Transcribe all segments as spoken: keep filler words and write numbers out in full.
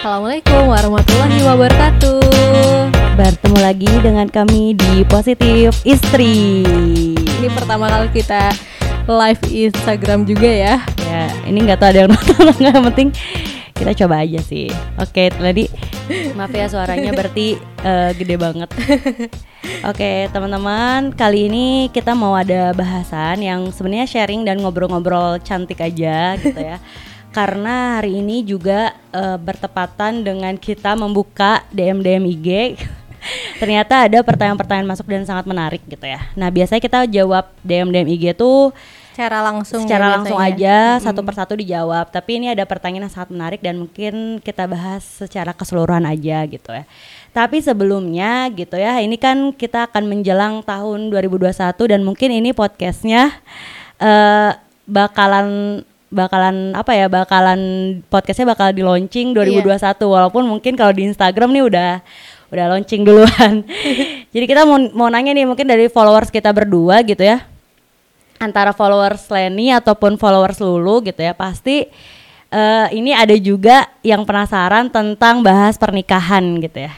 Assalamualaikum warahmatullahi wabarakatuh. Bertemu lagi dengan kami di Positif Istri. Ini pertama kali kita live Instagram juga ya. Ya, ini nggak tahu ada yang nonton nggak, yang penting kita coba aja sih. Oke, tadi maaf ya suaranya berarti uh, gede banget. Oke, teman-teman, kali ini kita mau ada bahasan yang sebenarnya sharing dan ngobrol-ngobrol cantik aja gitu ya. Karena hari ini juga uh, bertepatan dengan kita membuka D M D M I G. Ternyata ada pertanyaan-pertanyaan masuk dan sangat menarik gitu ya. Nah, biasanya kita jawab D M D M I G tuh secara langsung secara ya, langsung biasanya. aja satu persatu dijawab. Tapi ini ada pertanyaan yang sangat menarik dan mungkin kita bahas secara keseluruhan aja gitu ya. Tapi sebelumnya gitu ya, ini kan kita akan menjelang tahun dua ribu dua puluh satu dan mungkin ini podcastnya uh, bakalan bakalan apa ya bakalan podcastnya bakal di launching dua ribu dua puluh satu, iya. Walaupun mungkin kalau di Instagram nih udah udah launching duluan. Jadi kita mau mau nanya nih mungkin dari followers kita berdua gitu ya, antara followers Leni ataupun followers Lulu gitu ya, pasti uh, ini ada juga yang penasaran tentang bahas pernikahan gitu ya.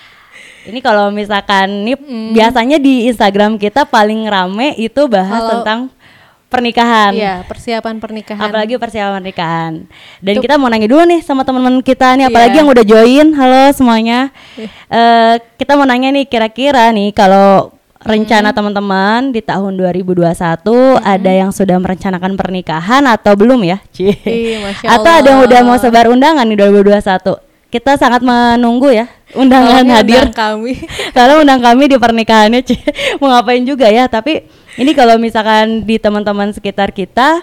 Ini kalau misalkan nih hmm. biasanya di Instagram kita paling rame itu bahas Halo. tentang pernikahan. Iya, persiapan pernikahan. Apalagi persiapan pernikahan. Dan Tuk. kita mau nanya dulu nih sama teman-teman kita nih, apalagi yeah. yang udah join. Halo semuanya. Yeah. Uh, kita mau nanya nih, kira-kira nih kalau rencana hmm. teman-teman di tahun dua ribu dua puluh satu hmm. ada yang sudah merencanakan pernikahan atau belum ya? Cie. Ih, Masya Allah. Atau ada yang udah mau sebar undangan nih dua ribu dua puluh satu? Kita sangat menunggu ya undangan oh, hadir undang kami. Kalau undang kami di pernikahannya, Cie. Mau ngapain juga ya, tapi ini kalau misalkan di teman-teman sekitar kita,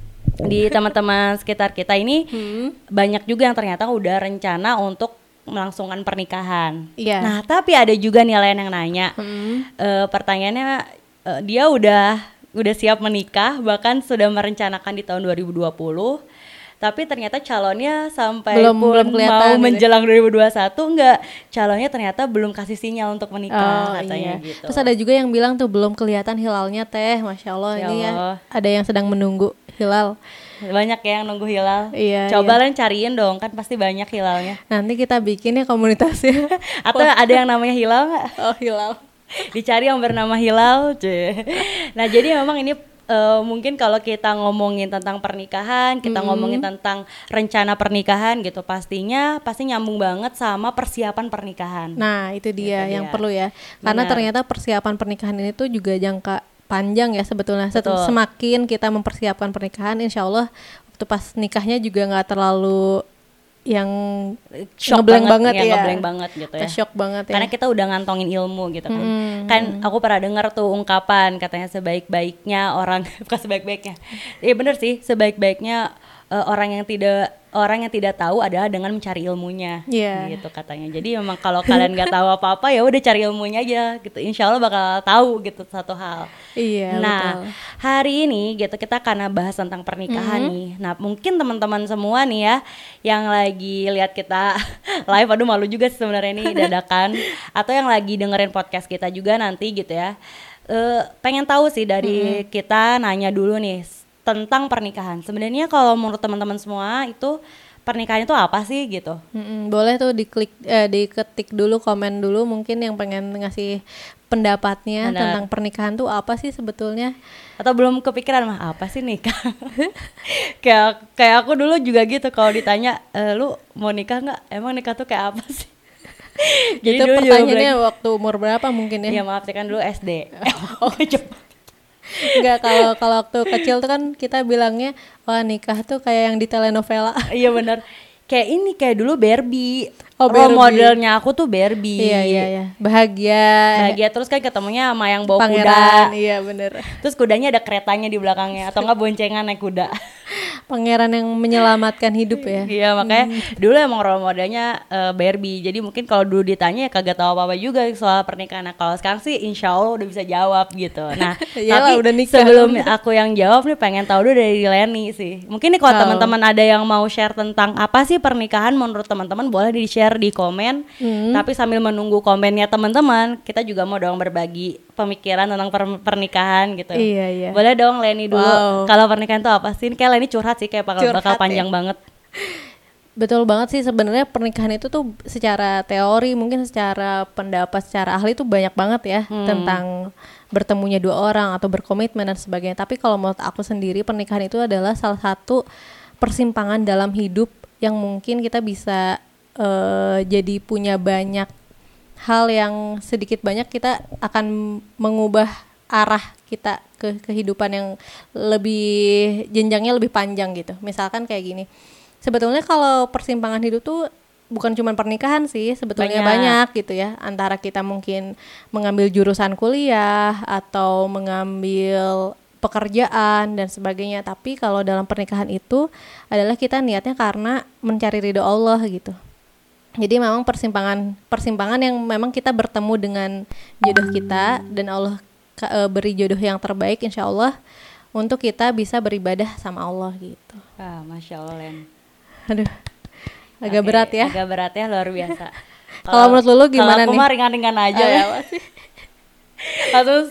di teman-teman sekitar kita ini hmm. banyak juga yang ternyata udah rencana untuk melangsungkan pernikahan. Iya. Nah, tapi ada juga nih lain yang nanya, hmm. uh, pertanyaannya uh, dia udah udah siap menikah, bahkan sudah merencanakan di tahun dua ribu dua puluh. Tapi ternyata calonnya sampai belum, pun belum kelihatan mau gitu. menjelang dua ribu dua puluh satu enggak, calonnya ternyata belum kasih sinyal untuk menikah, oh, katanya iya. gitu. Terus ada juga yang bilang tuh belum kelihatan hilalnya teh, Masya Allah. Ya ini Allah. Ya ada yang sedang menunggu hilal. Banyak ya yang nunggu hilal. Iya, coba iya. Len cariin dong, kan pasti banyak hilalnya. Nanti kita bikin ya komunitasnya. Atau ada yang namanya hilal nggak? Oh, hilal. Dicari yang bernama hilal, cuy. Nah, jadi memang ini Uh, mungkin kalau kita ngomongin tentang pernikahan, kita mm-hmm. ngomongin tentang rencana pernikahan gitu, pastinya pasti nyambung banget sama persiapan pernikahan. Nah, itu dia itu yang dia. perlu ya. Karena Benar. ternyata persiapan pernikahan ini tuh juga jangka panjang ya sebetulnya. Betul. Semakin kita mempersiapkan pernikahan, insya Allah waktu pas nikahnya juga nggak terlalu yang ngeblank banget, banget ya, ngeblank banget gitu ya. Shock banget ya. Karena kita udah ngantongin ilmu gitu kan. Hmm. Kan aku pernah dengar tuh ungkapan katanya sebaik-baiknya orang bukan sebaik-baiknya. Iya benar sih, sebaik-baiknya uh, orang yang tidak orang yang tidak tahu adalah dengan mencari ilmunya. Yeah. Gitu katanya. Jadi memang kalau kalian enggak tahu apa-apa ya udah cari ilmunya aja gitu. Insya Allah bakal tahu gitu satu hal. Iya, nah, betul. hari ini gitu kita karena bahas tentang pernikahan mm-hmm. nih. Nah, mungkin teman-teman semua nih ya yang lagi lihat kita live, aduh malu juga sebenarnya ini dadakan, atau yang lagi dengerin podcast kita juga nanti gitu ya. Uh, pengen tahu sih dari mm-hmm. kita nanya dulu nih tentang pernikahan. Sebenarnya kalau menurut teman-teman semua itu pernikahan itu apa sih gitu? Mm-mm, boleh tuh diklik, eh, diketik dulu, komen dulu mungkin yang pengen ngasih pendapatnya. Benar. Tentang pernikahan tuh apa sih sebetulnya? Atau belum kepikiran mah apa sih nikah? kayak kayak aku dulu juga gitu kalau ditanya, e, lu mau nikah nggak? Emang nikah tuh kayak apa sih? Jadi itu pertanyaannya waktu umur berapa mungkin ya? Iya maaf, kan dulu S D. Oh coba. Enggak, kalau kalau waktu kecil tuh kan kita bilangnya wah nikah tuh kayak yang di telenovela. Iya benar. Kayak ini kayak dulu Barbie. Oh, role modelnya aku tuh Barbie. Iya iya iya. Bahagia. Bahagia terus kan ketemunya sama yang bawa Pangeran, kuda. Iya bener. Terus kudanya ada keretanya di belakangnya atau enggak boncengan naik kuda. Pangeran yang menyelamatkan hidup ya. Iya makanya hmm. dulu emang role modelnya uh, Barbie. Jadi mungkin kalau dulu ditanya ya kagak tahu apa-apa juga soal pernikahan. Nah kalau sekarang sih insya Allah udah bisa jawab gitu. Nah tapi udah nikah. Sebelum aku yang jawab nih pengen tahu dulu dari Leni sih. Mungkin nih kalau oh. teman-teman ada yang mau share tentang apa sih pernikahan menurut teman-teman, boleh di share di komen. Hmm. Tapi sambil menunggu komennya teman-teman, kita juga mau dong berbagi pemikiran tentang per- pernikahan gitu. Iya iya. Boleh dong Leni dulu. Wow. Kalau pernikahan itu apa sih? Kayak Leni curhat sih kayak bakal, bakal panjang ya? banget. Betul banget sih, sebenarnya pernikahan itu tuh secara teori, mungkin secara pendapat, secara ahli tuh banyak banget ya hmm. tentang bertemunya dua orang atau berkomitmen dan sebagainya. Tapi kalau menurut aku sendiri, pernikahan itu adalah salah satu persimpangan dalam hidup yang mungkin kita bisa uh, jadi punya banyak hal yang sedikit banyak kita akan mengubah arah kita ke kehidupan yang lebih jenjangnya lebih panjang gitu. Misalkan kayak gini, sebetulnya kalau persimpangan hidup tuh bukan cuma pernikahan sih, sebetulnya banyak. banyak gitu ya. Antara kita mungkin mengambil jurusan kuliah atau mengambil pekerjaan dan sebagainya. Tapi kalau dalam pernikahan itu adalah kita niatnya karena mencari ridho Allah gitu. Jadi memang persimpangan persimpangan yang memang kita bertemu dengan jodoh kita dan Allah ke, e, beri jodoh yang terbaik insya Allah untuk kita bisa beribadah sama Allah gitu. Ah, Masya Allah, Len. Aduh, agak okay, berat ya. Agak berat ya, luar biasa. Kalau menurut Lulu gimana nih? Kalau aku mah ringan-ringan aja ya masih. Lalu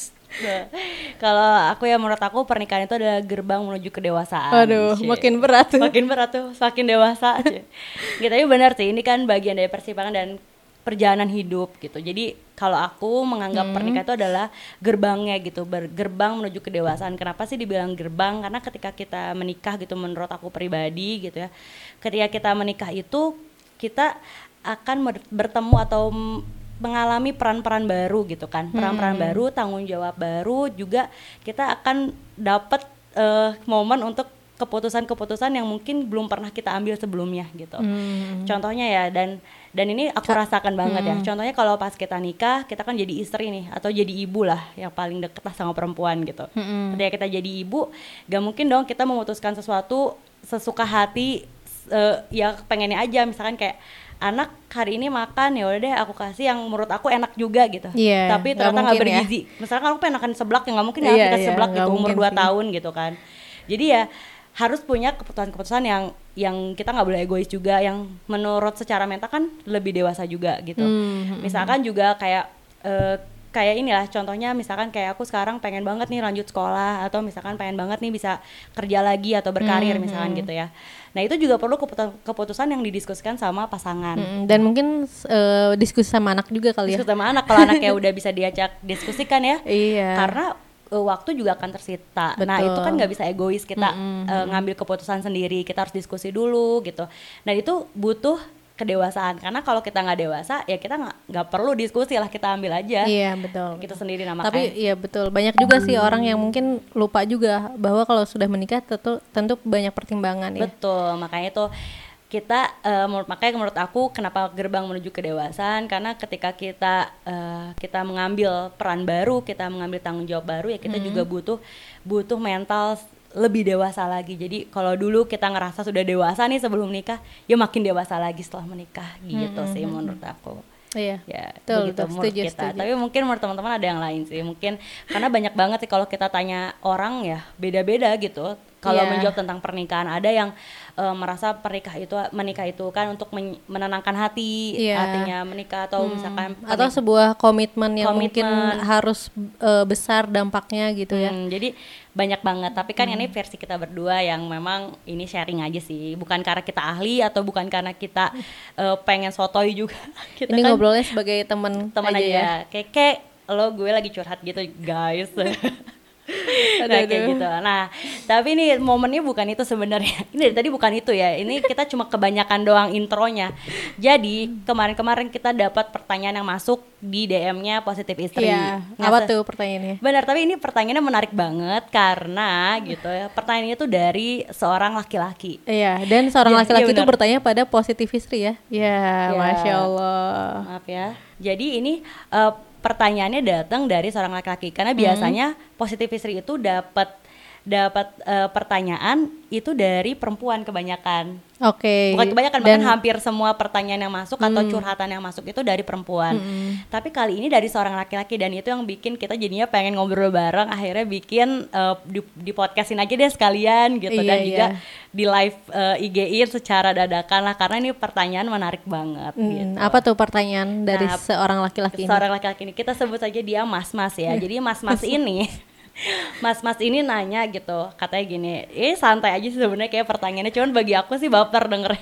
kalau aku ya menurut aku pernikahan itu adalah gerbang menuju kedewasaan. Aduh, Cie. makin berat tuh. Makin berat tuh, semakin dewasa aja. Gitu, tapi benar sih, ini kan bagian dari persimpangan dan perjalanan hidup gitu. Jadi kalau aku menganggap hmm. pernikahan itu adalah gerbangnya gitu, gerbang menuju kedewasaan. Kenapa sih dibilang gerbang? Karena ketika kita menikah gitu, menurut aku pribadi gitu ya, ketika kita menikah itu kita akan bertemu atau mengalami peran-peran baru gitu kan, peran-peran hmm. baru, tanggung jawab baru, juga kita akan dapat uh, momen untuk keputusan-keputusan yang mungkin belum pernah kita ambil sebelumnya gitu. Hmm. Contohnya ya, dan dan ini aku Ka- rasakan banget hmm. ya. Contohnya kalau pas kita nikah, kita kan jadi istri nih atau jadi ibu lah, yang paling deket lah sama perempuan gitu. Hmm. Ketika kita jadi ibu, gak mungkin dong kita memutuskan sesuatu sesuka hati, uh, ya pengennya aja, misalkan kayak anak hari ini makan, ya udah deh aku kasih yang menurut aku enak juga gitu. Yeah, tapi ternyata nggak bergizi. Ya. Misalkan aku pengen makan seblak, ya nggak mungkin ya yeah, kita yeah, seblak gitu umur dua tahun gitu kan. Jadi ya harus punya keputusan-keputusan yang yang kita nggak boleh egois juga, yang menurut secara mental kan lebih dewasa juga gitu. Mm-hmm. Misalkan juga kayak uh, kayak inilah contohnya, misalkan kayak aku sekarang pengen banget nih lanjut sekolah, atau misalkan pengen banget nih bisa kerja lagi atau berkarir mm-hmm. misalkan gitu ya. Nah itu juga perlu keputusan, keputusan yang didiskusikan sama pasangan. Mm, dan mungkin uh, diskusi sama anak juga kali ya. Diskusi sama anak, kalau anaknya udah bisa diajak diskusikan ya. Iya. Karena uh, waktu juga akan tersita. Betul. Nah itu kan nggak bisa egois kita mm-hmm. uh, ngambil keputusan sendiri. Kita harus diskusi dulu gitu. Nah itu butuh kedewasaan, karena kalau kita nggak dewasa ya kita nggak nggak perlu diskusi lah, kita ambil aja. Iya betul. Kita sendiri nama. Tapi iya betul, banyak juga sih orang yang mungkin lupa juga bahwa kalau sudah menikah tentu tentu banyak pertimbangan ya. Betul, makanya itu kita uh, makanya menurut aku kenapa gerbang menuju kedewasaan, karena ketika kita uh, kita mengambil peran baru, kita mengambil tanggung jawab baru ya kita mm-hmm. juga butuh butuh mental lebih dewasa lagi. Jadi kalau dulu kita ngerasa sudah dewasa nih sebelum menikah, ya makin dewasa lagi setelah menikah gitu hmm, sih hmm, menurut aku. Iya. Ya, betul, begitu betul, menurut setuju, kita. setuju. Tapi mungkin menurut teman-teman ada yang lain sih. Mungkin karena banyak banget sih kalau kita tanya orang ya beda-beda gitu. Kalau yeah. menjawab tentang pernikahan, ada yang uh, merasa pernikah itu menikah itu kan untuk men- menenangkan hati, yeah. artinya menikah atau hmm. misalkan atau sebuah komitmen yang komitmen. mungkin harus uh, besar dampaknya gitu ya. Hmm, jadi banyak banget, tapi kan hmm. ini versi kita berdua yang memang ini sharing aja sih, bukan karena kita ahli atau bukan karena kita uh, pengen sotoy juga. Kita ini kan ngobrolnya sebagai teman teman aja, aja ya. Kayak, kayak lo gue lagi curhat gitu guys. Nah, kayak gitu. Nah, tapi ini momennya bukan itu sebenarnya. Ini dari tadi bukan itu ya. Ini kita cuma kebanyakan doang intronya. Jadi kemarin-kemarin kita dapat pertanyaan yang masuk di D M-nya Positif Istri. Iya. Apa tuh pertanyaannya? Benar, tapi ini pertanyaannya menarik banget karena gitu ya. Pertanyaannya itu dari seorang laki-laki. Iya. Dan seorang ya, laki-laki itu ya bertanya pada Positif Istri ya. Ya, ya, Masya Allah. Maaf ya. Jadi ini uh, pertanyaannya datang dari seorang laki-laki, karena biasanya hmm. Positif Istri itu dapat dapat uh, pertanyaan itu dari perempuan kebanyakan. Oke. Okay. Bukan kebanyakan, bahkan hampir semua pertanyaan yang masuk hmm. atau curhatan yang masuk itu dari perempuan. Hmm. Tapi kali ini dari seorang laki-laki, dan itu yang bikin kita jadinya pengen ngobrol bareng. Akhirnya bikin uh, di, di podcastin aja deh sekalian gitu, iya, dan iya. juga di live uh, I G-in secara dadakan lah, karena ini pertanyaan menarik banget. Hmm. Gitu. Apa tuh pertanyaan dari nah, seorang laki-laki ini? Seorang laki-laki ini kita sebut saja dia Mas-Mas ya. Jadi Mas-Mas ini Mas-mas ini nanya gitu, katanya gini, eh santai aja sih sebenarnya kayak pertanyaannya, cuman bagi aku sih baper denger.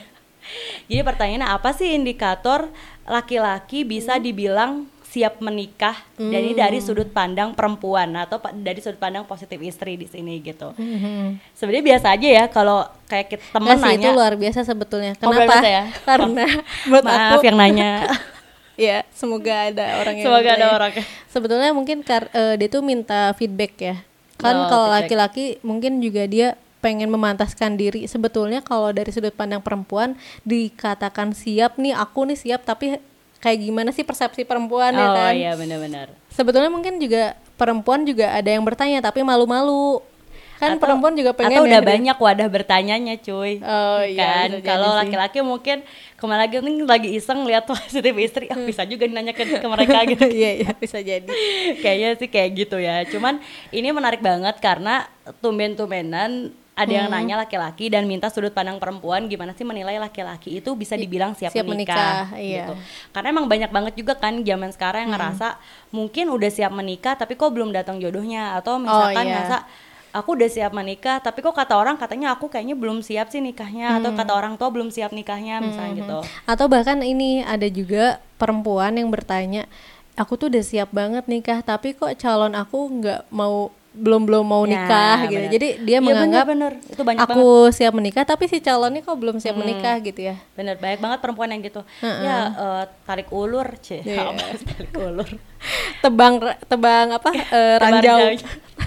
Jadi pertanyaannya apa sih indikator laki-laki bisa dibilang siap menikah, hmm. dan ini dari sudut pandang perempuan atau dari sudut pandang positif istri di sini gitu. Hmm. Sebenarnya biasa aja ya kalau kayak kita temen nanya. Itu luar biasa sebetulnya. Kenapa? Oh, ya? Karena buat maaf aku yang nanya. Ya, semoga ada orang yang semoga ada orang. Sebetulnya mungkin kar, uh, dia tuh minta feedback ya. Kan oh, kalau laki-laki mungkin juga dia pengen memantaskan diri. Sebetulnya kalau dari sudut pandang perempuan dikatakan siap nih, aku nih siap, tapi kayak gimana sih persepsi perempuan oh, ya kan? Oh iya benar-benar. Sebetulnya mungkin juga perempuan juga ada yang bertanya tapi malu-malu. Kan atau, perempuan juga pengen atau udah ya, banyak wadah bertanyanya cuy. Oh iya. Kan kalau laki-laki mungkin kemana lagi nih lagi iseng lihat positif istri, oh, bisa juga nanya ke, ke mereka gitu. Iya iya bisa jadi. Kayaknya sih kayak gitu ya. Cuman ini menarik banget karena tumben-tumbenan ada yang hmm. nanya laki-laki dan minta sudut pandang perempuan gimana sih menilai laki-laki itu bisa dibilang siap, siap menikah, menikah iya. gitu. Karena emang banyak banget juga kan zaman sekarang yang hmm. ngerasa mungkin udah siap menikah tapi kok belum datang jodohnya, atau misalkan oh, iya. ngerasa aku udah siap menikah tapi kok kata orang katanya aku kayaknya belum siap sih nikahnya, hmm. atau kata orang tua belum siap nikahnya misalnya hmm. gitu. Atau bahkan ini ada juga perempuan yang bertanya, aku tuh udah siap banget nikah tapi kok calon aku nggak mau belum belum mau nikah ya, gitu. Bener. Jadi dia ya, menganggap bener, bener. Itu banyak aku banget. Siap menikah tapi si calonnya kok belum siap hmm. menikah gitu ya. Bener, banyak banget perempuan yang gitu. Uh-uh. Ya uh, tarik ulur, C. Yeah. Tarik ulur. Tebang tebang apa? Uh, ranjau.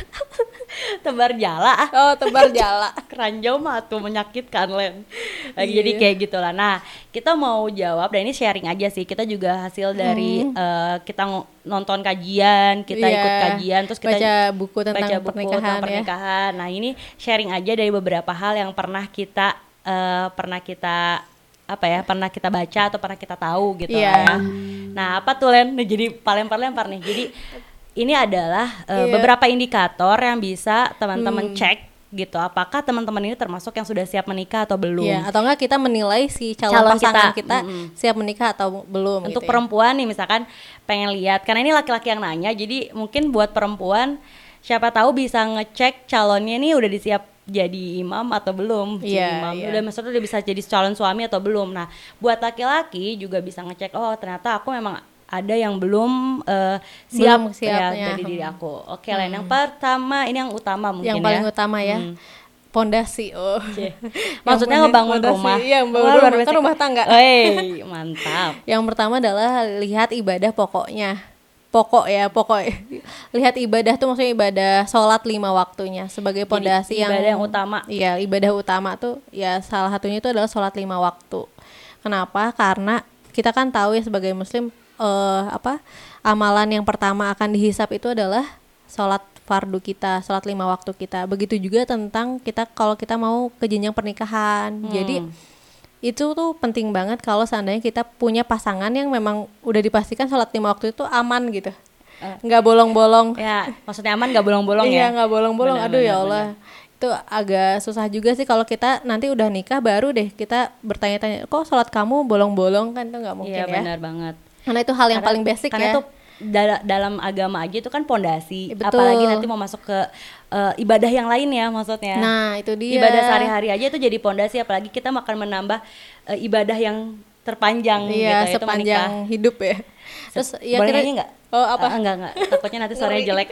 Tebar jala. Oh, tebar jala. Keranjau mah tuh menyakitkan, Len. Lagi yeah. Jadi kayak gitulah. Nah, kita mau jawab, dan ini sharing aja sih. Kita juga hasil dari mm. uh, kita nonton kajian, kita yeah. ikut kajian, terus kita baca buku tentang baca buku pernikahan, tentang pernikahan. Ya. Nah, ini sharing aja dari beberapa hal yang pernah kita uh, pernah kita apa ya pernah kita baca atau pernah kita tahu gitu yeah. ya. Nah, apa tuh, Len? Nah, jadi palempar-lempar nih. Jadi ini adalah uh, yeah. beberapa indikator yang bisa teman-teman hmm. cek gitu, apakah teman-teman ini termasuk yang sudah siap menikah atau belum. Yeah, atau enggak kita menilai si calon, calon pasangan kita, kita mm-hmm. siap menikah atau belum. Untuk gitu perempuan ya. Nih misalkan pengen lihat, karena ini laki-laki yang nanya, jadi mungkin buat perempuan siapa tahu bisa ngecek calonnya nih udah disiap jadi imam atau belum. Yeah, imam yeah. udah maksudnya udah bisa jadi calon suami atau belum. Nah, buat laki-laki juga bisa ngecek, oh ternyata aku memang ada yang belum uh, siap, belum siap ya, ya dari diri aku. Oke, hmm. Len, yang pertama ini yang utama mungkin yang paling ya. utama ya. Hmm. Pondasi. Oh. Maksudnya ngebangun pondasi, rumah. Iya, membangun oh, rumah, kan rumah tangga. Wey, mantap. Yang pertama adalah lihat ibadah pokoknya. Pokok ya, pokok. Lihat ibadah tuh maksudnya ibadah sholat lima waktunya sebagai pondasi yang ibadah yang utama. Iya, ibadah utama tuh ya salah satunya itu adalah sholat lima waktu. Kenapa? Karena kita kan tahu ya sebagai muslim Uh, apa amalan yang pertama akan dihisap itu adalah sholat fardu kita, sholat lima waktu kita. Begitu juga tentang kita kalau kita mau ke jenjang pernikahan. Hmm. Jadi itu tuh penting banget kalau seandainya kita punya pasangan yang memang udah dipastikan sholat lima waktu itu aman gitu, uh. nggak bolong-bolong. Ya, maksudnya aman nggak bolong-bolong ya? Iya, nggak bolong-bolong. Aduh bener, ya Allah. Bener. Itu agak susah juga sih kalau kita nanti udah nikah baru deh kita bertanya-tanya, kok sholat kamu bolong-bolong, kan itu nggak mungkin ya. Iya benar banget. Karena itu hal yang karena, paling basic karena ya. Karena itu da- dalam agama aja itu kan pondasi. Ya, apalagi nanti mau masuk ke uh, ibadah yang lain ya maksudnya. Nah itu dia. Ibadah sehari-hari aja itu jadi pondasi, apalagi kita akan menambah uh, ibadah yang terpanjang iya, gitu. Sepanjang itu hidup ya. Terus Se- ya boleh kira nyanyi nggak? Oh apa? Uh, enggak enggak. Takutnya nanti suaranya jelek.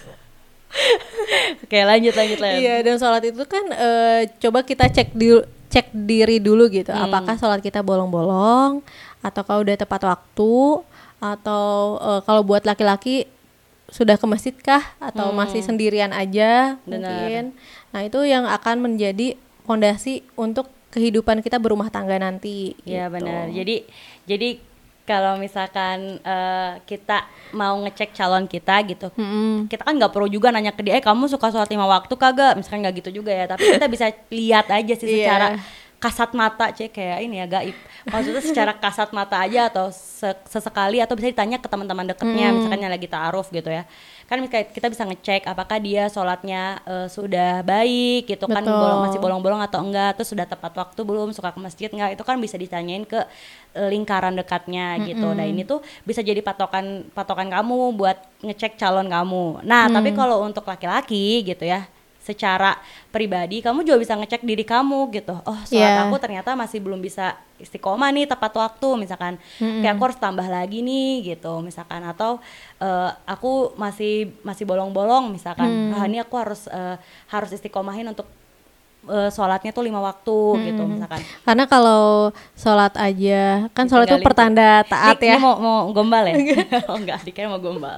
Oke lanjut lanjut lanjut. Iya, dan sholat itu kan uh, coba kita cek di cek diri dulu gitu. Hmm. Apakah sholat kita bolong-bolong? Atau kalau udah tepat waktu, atau uh, kalau buat laki-laki sudah ke masjid kah, atau hmm. masih sendirian aja. Benar. Mungkin. Nah itu yang akan menjadi fondasi untuk kehidupan kita berumah tangga nanti. Iya gitu. Benar. Jadi jadi kalau misalkan uh, kita mau ngecek calon kita gitu, hmm. kita kan nggak perlu juga nanya ke dia, eh kamu suka sholat lima waktu kagak? Misalkan nggak gitu juga ya, tapi kita bisa lihat aja sih secara yeah. kasat mata, cek kayak ini ya gaib. Maksudnya secara kasat mata aja atau sesekali, atau bisa ditanya ke teman-teman dekatnya, hmm. misalkan yang lagi ta'aruf gitu ya. Kan kita bisa ngecek apakah dia sholatnya uh, sudah baik gitu. Betul. Kan bolong, masih bolong-bolong atau enggak, terus sudah tepat waktu belum, suka ke masjid enggak, itu kan bisa ditanyain ke uh, lingkaran dekatnya mm-hmm. gitu. Nah ini tuh bisa jadi patokan patokan kamu buat ngecek calon kamu. Nah hmm. tapi kalau untuk laki-laki gitu ya, secara pribadi kamu juga bisa ngecek diri kamu gitu. Oh, sholat yeah. aku ternyata masih belum bisa istiqomah nih tepat waktu misalkan. Mm-hmm. Kayak aku harus tambah lagi nih gitu misalkan, atau uh, aku masih masih bolong-bolong misalkan. Mm. Ah, ini aku harus uh, harus istiqomahin untuk Uh, sholatnya tuh lima waktu hmm. gitu misalkan. Karena kalau sholat aja kan sholat itu pertanda taat Dik, ya. Ini mau mau gombal ya? Oh enggak, dikira mau gombal.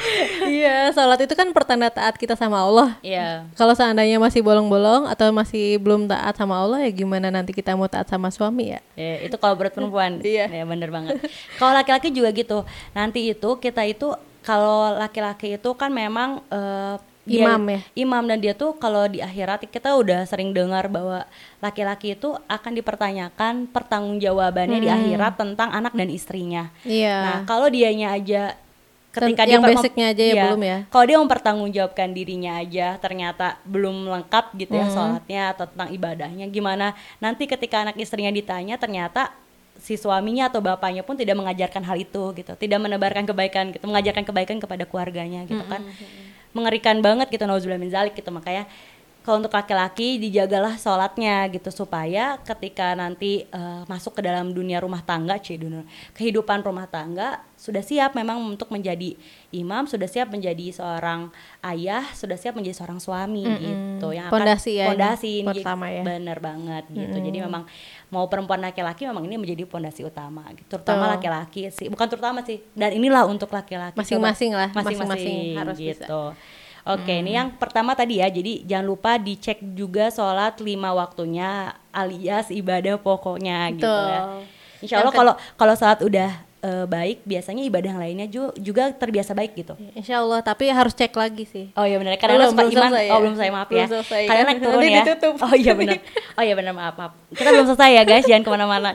Iya, sholat itu kan pertanda taat kita sama Allah. Iya. Yeah. Kalau seandainya masih bolong-bolong atau masih belum taat sama Allah, ya gimana nanti kita mau taat sama suami ya? Yeah, itu kalau berat perempuan. Iya. Ya bener banget. Kalau laki-laki juga gitu. Nanti itu kita itu kalau laki-laki itu kan memang uh, Dia, imam ya imam dan dia tuh kalau di akhirat kita udah sering dengar bahwa laki-laki itu akan dipertanyakan pertanggungjawabannya hmm. di akhirat tentang anak dan istrinya. Iya. Nah kalau dianya aja ketika yang dia basicnya aja ya, ya belum ya. Kalau dia mempertanggungjawabkan dirinya aja ternyata belum lengkap gitu ya hmm. sholatnya atau tentang ibadahnya, gimana nanti ketika anak istrinya ditanya ternyata si suaminya atau bapaknya pun tidak mengajarkan hal itu gitu, tidak menebarkan kebaikan gitu, mengajarkan kebaikan kepada keluarganya gitu kan. Hmm. Mengerikan banget gitu, nauzubillah min zalik gitu. Makanya kalau untuk laki-laki dijagalah sholatnya gitu supaya ketika nanti uh, masuk ke dalam dunia rumah tangga, cie dunia kehidupan rumah tangga sudah siap memang untuk menjadi imam, sudah siap menjadi seorang ayah, sudah siap menjadi seorang suami mm-hmm. gitu. Yang pondasi akan ya, pondasi pertama ya. Bener banget gitu. Mm-hmm. Jadi memang mau perempuan laki-laki memang ini menjadi pondasi utama gitu. Terutama Tuh. laki-laki sih, bukan terutama sih. Dan inilah untuk laki-laki. Masing-masing coba. lah, masing-masing, masing-masing harus gitu. bisa. Oke, hmm. ini yang pertama tadi ya. Jadi jangan lupa dicek juga sholat lima waktunya alias ibadah pokoknya gitu ya. Insya Allah kalau kalau sholat udah uh, baik, biasanya ibadah yang lainnya ju- juga terbiasa baik gitu. Insya Allah, tapi harus cek lagi sih. Oh iya benar. Karena suka iman. Ya. Oh belum selesai, maaf ya. Karena naik turun ya. Ditutup. Oh iya benar. Oh iya benar, maaf maaf. Kita belum selesai ya guys, jangan kemana-mana.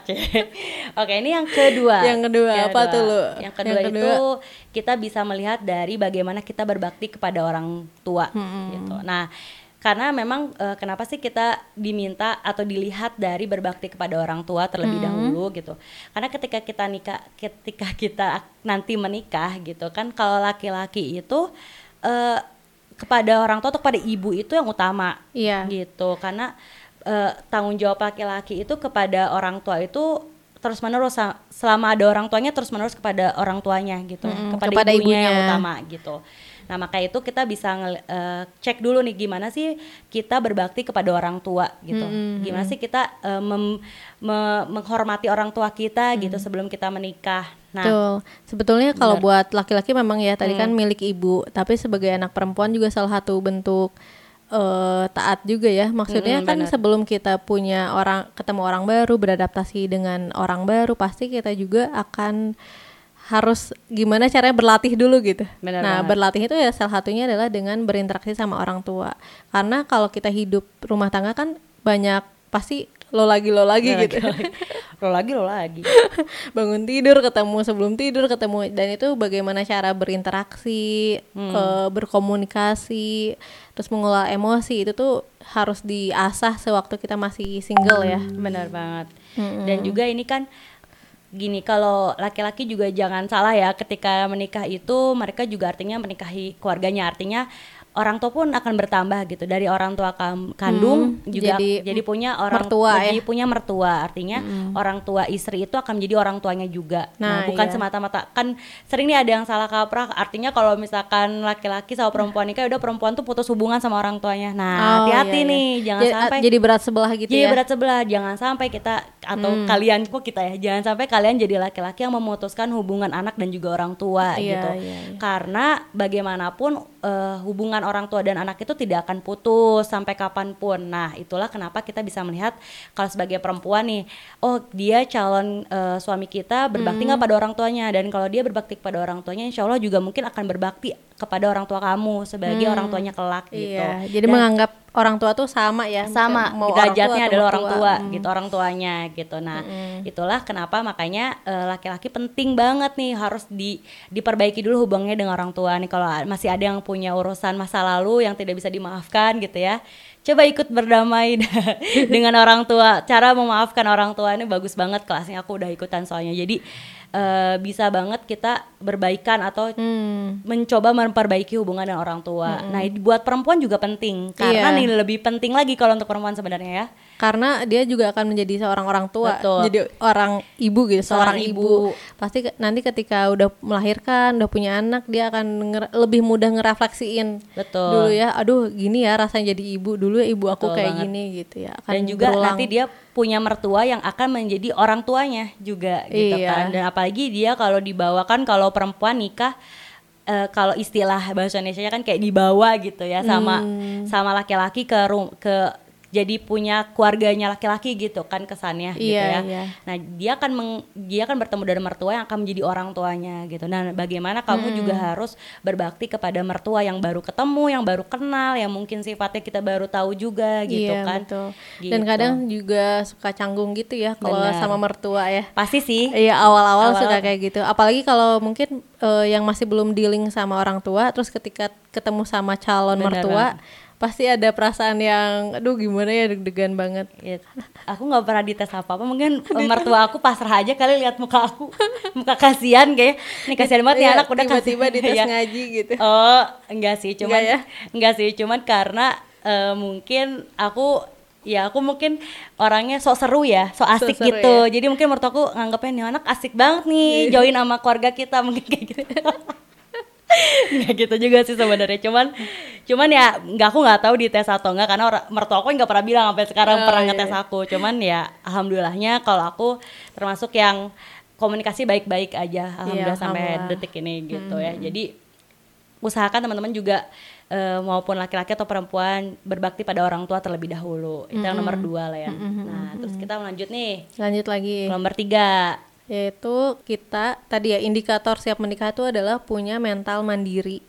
Oke, ini yang kedua. Yang kedua yang apa kedua. tuh lu? Yang kedua, yang kedua itu kita bisa melihat dari bagaimana kita berbakti kepada orang tua hmm. gitu. Nah, karena memang uh, kenapa sih kita diminta atau dilihat dari berbakti kepada orang tua terlebih hmm. dahulu gitu. Karena ketika kita nikah, ketika kita nanti menikah gitu kan, kalau laki-laki itu uh, kepada orang tua atau kepada ibu itu yang utama yeah. gitu. Karena uh, tanggung jawab laki-laki itu kepada orang tua itu terus menerus, selama ada orang tuanya terus menerus kepada orang tuanya gitu, hmm, kepada, kepada ibunya, ibunya yang utama gitu. Nah maka itu kita bisa nge- uh, cek dulu nih gimana sih kita berbakti kepada orang tua gitu, hmm, gimana hmm. sih kita uh, mem- me- menghormati orang tua kita hmm. gitu sebelum kita menikah. Nah, Betul. Sebetulnya kalau buat laki-laki memang ya tadi hmm. kan milik ibu, tapi sebagai anak perempuan juga salah satu bentuk Uh, taat juga ya, maksudnya mm-hmm, kan bener. Sebelum kita punya orang, ketemu orang baru, beradaptasi dengan orang baru, pasti kita juga akan harus gimana caranya berlatih dulu gitu. Bener nah banget. Berlatih itu ya salah satunya adalah dengan berinteraksi sama orang tua, karena kalau kita hidup rumah tangga kan banyak pasti lo lagi lo lagi lo gitu lagi, lo lagi lo lagi bangun tidur ketemu, sebelum tidur ketemu, dan itu bagaimana cara berinteraksi, hmm. e, berkomunikasi, terus mengelola emosi itu tuh harus diasah sewaktu kita masih single ya. Benar banget. Hmm. Dan juga ini kan gini, kalau laki-laki juga jangan salah ya, ketika menikah itu mereka juga artinya menikahi keluarganya, artinya orang tua pun akan bertambah gitu, dari orang tua kam- kandung hmm, juga jadi, jadi punya orang mertua jadi ya? punya mertua, artinya hmm. orang tua istri itu akan menjadi orang tuanya juga. Nah, nah bukan iya. semata-mata, kan sering nih ada yang salah kaprah, artinya kalau misalkan laki-laki sama perempuan nikah udah perempuan tuh putus hubungan sama orang tuanya. Nah oh, hati-hati iya, iya. nih, jangan jadi, sampai jadi berat sebelah gitu jadi ya. berat sebelah, jangan sampai kita atau hmm. kalian kok kita ya, jangan sampai kalian jadi laki-laki yang memutuskan hubungan anak dan juga orang tua iya, gitu. Iya, iya. Karena bagaimanapun uh, hubungan orang tua dan anak itu tidak akan putus sampai kapanpun. Nah itulah kenapa kita bisa melihat kalau sebagai perempuan nih, oh dia calon uh, suami kita berbakti nggak hmm. pada orang tuanya, dan kalau dia berbakti kepada orang tuanya, insya Allah juga mungkin akan berbakti kepada orang tua kamu sebagai hmm. orang tuanya kelak gitu. Iya, jadi dan menganggap orang tua tuh sama ya, sama mau derajatnya adalah orang tua, tua hmm. gitu, orang tuanya gitu. Nah hmm. itulah kenapa makanya uh, laki-laki penting banget nih harus di diperbaiki dulu hubungannya dengan orang tua nih. Kalau masih ada yang punya urusan masa lalu yang tidak bisa dimaafkan gitu ya, coba ikut berdamai dengan orang tua. Cara memaafkan orang tua ini bagus banget, kelasnya aku udah ikutan soalnya. Jadi uh, bisa banget kita berbaikan atau hmm. mencoba memperbaiki hubungan dengan orang tua. Hmm. Nah, buat perempuan juga penting karena yeah. ini lebih penting lagi kalau untuk perempuan sebenarnya ya. Karena dia juga akan menjadi seorang orang tua, Betul. jadi orang ibu gitu, seorang, seorang ibu. ibu. Pasti ke, nanti ketika udah melahirkan, udah punya anak, dia akan nger- lebih mudah ngerefleksiin Betul. dulu ya, aduh gini ya rasanya jadi ibu, dulu ya ibu aku Betul kayak banget. gini gitu ya. Akan Dan juga berulang. Nanti dia punya mertua yang akan menjadi orang tuanya juga gitu iya. kan. Dan apalagi dia kalau dibawakan, kalau perempuan nikah, uh, kalau istilah bahasa Indonesia kan kayak dibawa gitu ya sama hmm. sama laki-laki ke rum- ke jadi punya keluarganya laki-laki gitu kan kesannya gitu iya, ya. Iya. Nah dia akan meng, dia akan bertemu dengan mertua yang akan menjadi orang tuanya gitu. Nah bagaimana kamu hmm. juga harus berbakti kepada mertua yang baru ketemu, yang baru kenal, yang mungkin sifatnya kita baru tahu juga gitu iya, kan. Betul. Gitu. Dan kadang juga suka canggung gitu ya kalau sama mertua ya. Pasti sih. Iya awal-awal Awal. suka kayak gitu. Apalagi kalau mungkin uh, yang masih belum dealing sama orang tua, terus ketika ketemu sama calon Beneran. mertua. Pasti ada perasaan yang aduh gimana ya deg-degan banget ya, aku nggak pernah dites apa-apa mungkin mertua aku pasrah aja kali lihat muka aku muka kasihan kayak nih kasihan banget nih ya, anak udah tiba-tiba dites ya. ngaji gitu oh enggak sih cuman enggak, ya? enggak sih cuman karena uh, mungkin aku ya aku mungkin orangnya sok seru ya, sok asik so gitu ya? Jadi mungkin mertua aku nganggapnya nih anak asik banget nih join sama keluarga kita mungkin kayak gitu. Nggak gitu juga sih sebenarnya, cuman cuman ya nggak aku nggak tahu di tes atau enggak karena orang mertua aku nggak pernah bilang sampai sekarang oh, pernah iya. ngetes aku, cuman ya alhamdulillahnya kalau aku termasuk yang komunikasi baik-baik aja alhamdulillah iya, sampai alhamdulillah. detik ini gitu hmm. ya. Jadi usahakan teman-teman juga uh, maupun laki-laki atau perempuan berbakti pada orang tua terlebih dahulu itu hmm. yang nomor dua lah ya. hmm. Nah terus kita lanjut nih lanjut lagi nomor tiga, yaitu kita tadi ya indikator siap menikah itu adalah punya mental mandiri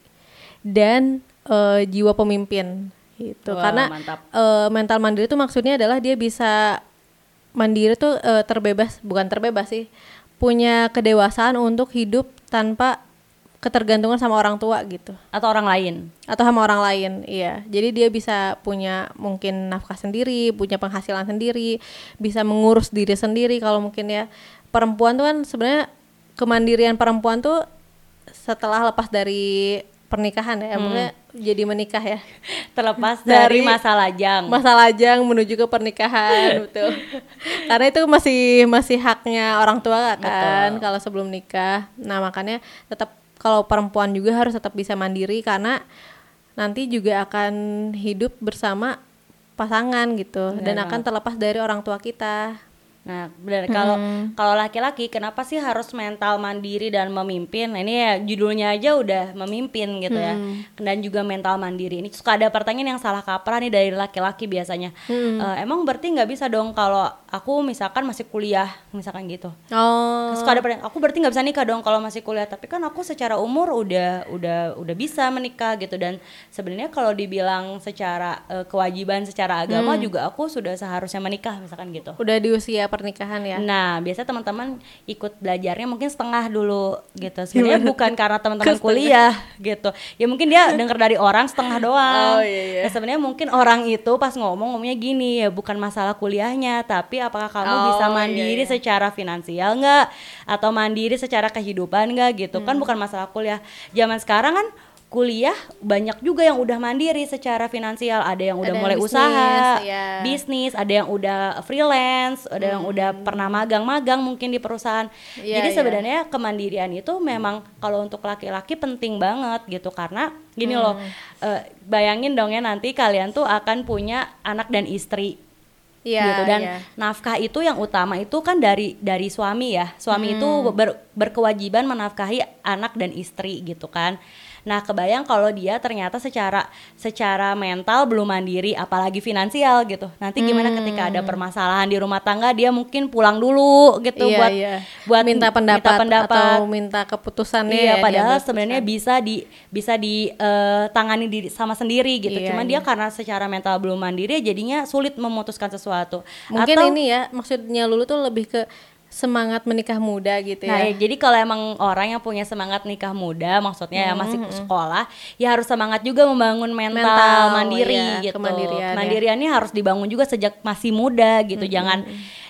dan uh, jiwa pemimpin gitu. Wah, karena uh, mental mandiri itu maksudnya adalah dia bisa mandiri tuh uh, terbebas, bukan terbebas sih, punya kedewasaan untuk hidup tanpa ketergantungan sama orang tua gitu atau orang lain atau sama orang lain. Iya, jadi dia bisa punya mungkin nafkah sendiri, punya penghasilan sendiri, bisa mengurus diri sendiri. Kalau mungkin ya perempuan tuh kan sebenarnya kemandirian perempuan tuh setelah lepas dari pernikahan ya, hmm. maksudnya jadi menikah ya, terlepas dari, dari masa lajang masa lajang menuju ke pernikahan. Betul, karena itu masih masih haknya orang tua kan kalau sebelum nikah. Nah makanya tetap kalau perempuan juga harus tetap bisa mandiri karena nanti juga akan hidup bersama pasangan gitu. Benar. Dan akan terlepas dari orang tua kita. Nah, benar. Kalau hmm. kalau laki-laki kenapa sih harus mental mandiri dan memimpin? Nah, ini ya judulnya aja udah memimpin gitu hmm. ya. Dan juga mental mandiri. Ini suka ada pertanyaan yang salah kaprah nih dari laki-laki biasanya. Hmm. E, emang berarti nggak bisa dong kalau aku misalkan masih kuliah, misalkan gitu. Oh. Suka ada pertanyaan, aku berarti nggak bisa nikah dong kalau masih kuliah. Tapi kan aku secara umur udah udah udah bisa menikah gitu. Dan sebenarnya kalau dibilang secara uh, kewajiban secara agama hmm. juga aku sudah seharusnya menikah misalkan gitu. Udah di usia pernikahan ya. Nah, biasanya teman-teman ikut belajarnya mungkin setengah dulu gitu. Sebenarnya bukan karena teman-teman kuliah gitu. Ya mungkin dia dengar dari orang setengah doang. Oh, iya, iya. Nah, sebenarnya mungkin orang itu pas ngomong ngomongnya gini ya, bukan masalah kuliahnya, tapi apakah kamu oh, bisa mandiri iya, iya. secara finansial enggak atau mandiri secara kehidupan enggak gitu. Hmm. Kan bukan masalah kuliah. Zaman sekarang kan kuliah banyak juga yang udah mandiri secara finansial, ada yang udah ada mulai bisnis, usaha, ya. bisnis, ada yang udah freelance, ada hmm. yang udah pernah magang-magang mungkin di perusahaan. Ya, Jadi ya. sebenarnya kemandirian itu memang kalau untuk laki-laki penting banget gitu, karena gini hmm. loh, uh, bayangin dong ya nanti kalian tuh akan punya anak dan istri. Ya, gitu dan ya. nafkah itu yang utama itu kan dari dari suami ya. Suami hmm. itu ber, berkewajiban menafkahi anak dan istri gitu kan. Nah, kebayang kalau dia ternyata secara secara mental belum mandiri, apalagi finansial gitu. Nanti gimana hmm. ketika ada permasalahan di rumah tangga, dia mungkin pulang dulu gitu iya, buat iya. buat minta pendapat, minta pendapat atau minta keputusannya. Iya, ya, padahal sebenarnya bisa di bisa ditangani uh, di, sama sendiri gitu. Iya, Cuman iya. dia karena secara mental belum mandiri, jadinya sulit memutuskan sesuatu. Mungkin atau, ini ya, maksudnya Lulu tuh lebih ke semangat menikah muda gitu ya. Nah, ya, jadi kalau emang orang yang punya semangat nikah muda, maksudnya hmm, ya masih sekolah, ya harus semangat juga membangun mental, mental mandiri ya, gitu. Kemandirian, Mandiriannya ya. harus dibangun juga sejak masih muda gitu. Hmm, Jangan hmm.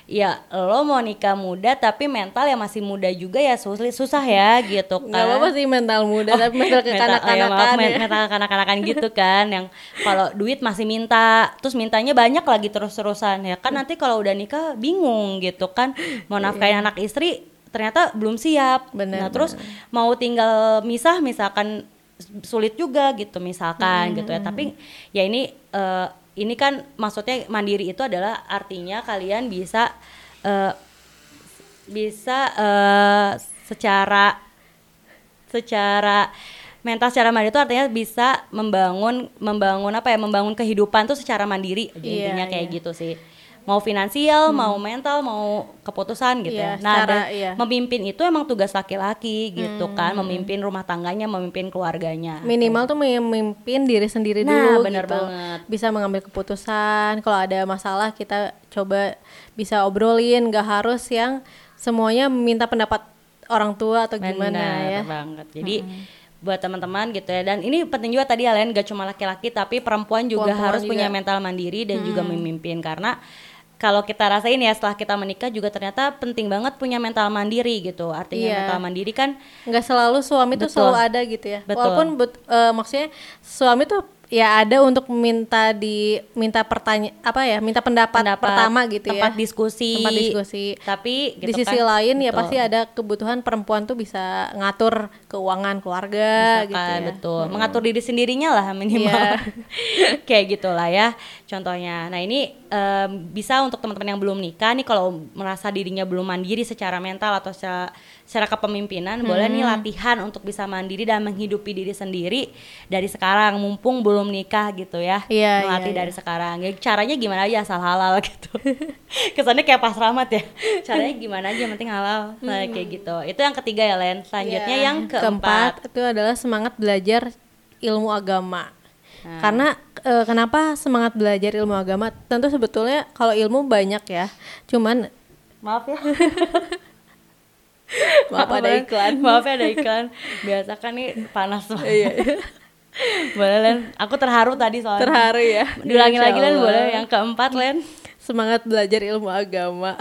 ya lo mau nikah muda tapi mental ya masih muda juga ya sulit susah ya gitu kan. Gak apa-apa sih mental muda, oh, tapi mental kekanak-kanakan ya, mental kekanak-kanakan gitu kan, yang kalau duit masih minta, terus mintanya banyak lagi terus-terusan ya kan, nanti kalau udah nikah bingung gitu kan, mau nafkahin anak istri ternyata belum siap. Bener, nah terus bener. mau tinggal misah misalkan sulit juga gitu misalkan hmm. gitu ya. Tapi ya ini uh, ini kan maksudnya mandiri itu adalah artinya kalian bisa uh, bisa uh, secara secara mental secara mandiri itu artinya bisa membangun membangun apa ya membangun kehidupan tuh secara mandiri intinya yeah, kayak yeah. gitu sih. Mau finansial, hmm. mau mental, mau keputusan gitu iya, ya. Nah, secara, dan iya. memimpin itu emang tugas laki-laki gitu hmm. kan, memimpin rumah tangganya, memimpin keluarganya. Minimal tuh memimpin diri sendiri nah, dulu bener gitu. banget. Bisa mengambil keputusan, kalau ada masalah kita coba bisa obrolin, gak harus yang semuanya minta pendapat orang tua atau gimana bener ya. banget. Jadi hmm. buat teman-teman gitu ya, dan ini penting juga tadi Alen, gak cuma laki-laki tapi perempuan juga perempuan harus juga. punya mental mandiri dan hmm. juga memimpin, karena kalau kita rasain ya setelah kita menikah juga ternyata penting banget punya mental mandiri gitu. Artinya iya. mental mandiri kan nggak selalu suami tuh selalu ada gitu ya. Betul. Walaupun but, uh, maksudnya suami tuh ya ada untuk minta di minta pertanya apa ya minta pendapat, pendapat pertama gitu tempat ya. diskusi. Tempat diskusi. Tapi gitu di sisi kan, lain betul. ya pasti ada kebutuhan perempuan tuh bisa ngatur keuangan keluarga. Misalkan, gitu ya. Betul. Hmm. Mengatur diri sendirinya lah minimal. Yeah. Kayak gitulah ya contohnya. Nah ini um, bisa untuk teman-teman yang belum nikah nih, kalau merasa dirinya belum mandiri secara mental atau secara secara kepemimpinan, hmm. boleh nih latihan untuk bisa mandiri dan menghidupi diri sendiri dari sekarang mumpung belum nikah gitu ya. Iya, melatih iya, dari iya. sekarang. Ya caranya gimana aja asal halal gitu. Kesannya kayak pas ramat ya. Caranya gimana aja yang penting halal. Nah, kayak gitu. Itu yang ketiga ya, Len. Selanjutnya yeah. yang keempat. keempat itu adalah semangat belajar ilmu agama. Nah. Karena e, kenapa semangat belajar ilmu agama? Tentu sebetulnya kalau ilmu banyak ya. Cuman maaf ya. Maaf ada iklan. Maaf ya ada iklan. Biasa kan nih panas banget. Iya. Boleh Len. Aku terharu tadi soalnya. Terharu ya. Diulangi lagi Len boleh. Yang keempat Len. Semangat belajar ilmu agama.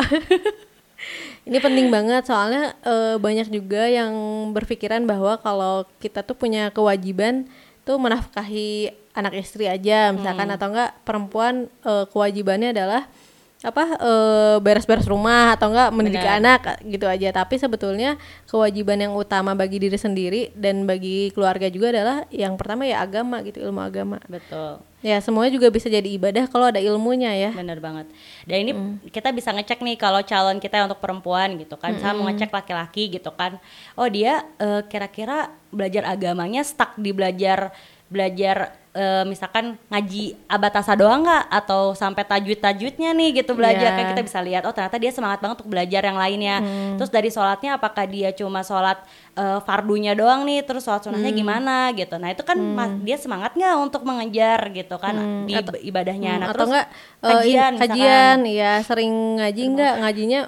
Ini penting banget soalnya e, banyak juga yang berpikiran bahwa kalau kita tuh punya kewajiban tuh menafkahi anak istri aja misalkan hmm. atau enggak perempuan e, kewajibannya adalah apa e, beres-beres rumah atau enggak mendidik Bener. anak gitu aja. Tapi sebetulnya kewajiban yang utama bagi diri sendiri dan bagi keluarga juga adalah yang pertama ya agama gitu, ilmu agama. Betul. Ya semuanya juga bisa jadi ibadah kalau ada ilmunya ya. Bener banget. Dan ini mm. kita bisa ngecek nih kalau calon kita untuk perempuan gitu kan. Misalnya mm-hmm. mau ngecek laki-laki gitu kan. Oh dia uh, kira-kira belajar agamanya stuck di belajar belajar uh, misalkan ngaji abatasa doang nggak, atau sampai tajwid-tajwidnya nih gitu belajar. Yeah. Kan kita bisa lihat oh ternyata dia semangat banget untuk belajar yang lainnya. Mm. Terus dari sholatnya apakah dia cuma sholat uh, fardunya doang nih, terus sholat sunnahnya mm. gimana gitu. Nah itu kan mm. mas, dia semangat nggak untuk mengejar gitu kan mm. di atau, ibadahnya. Mm. Nah atau terus enggak, kajian uh, kajian ya sering ngaji nggak, ngajinya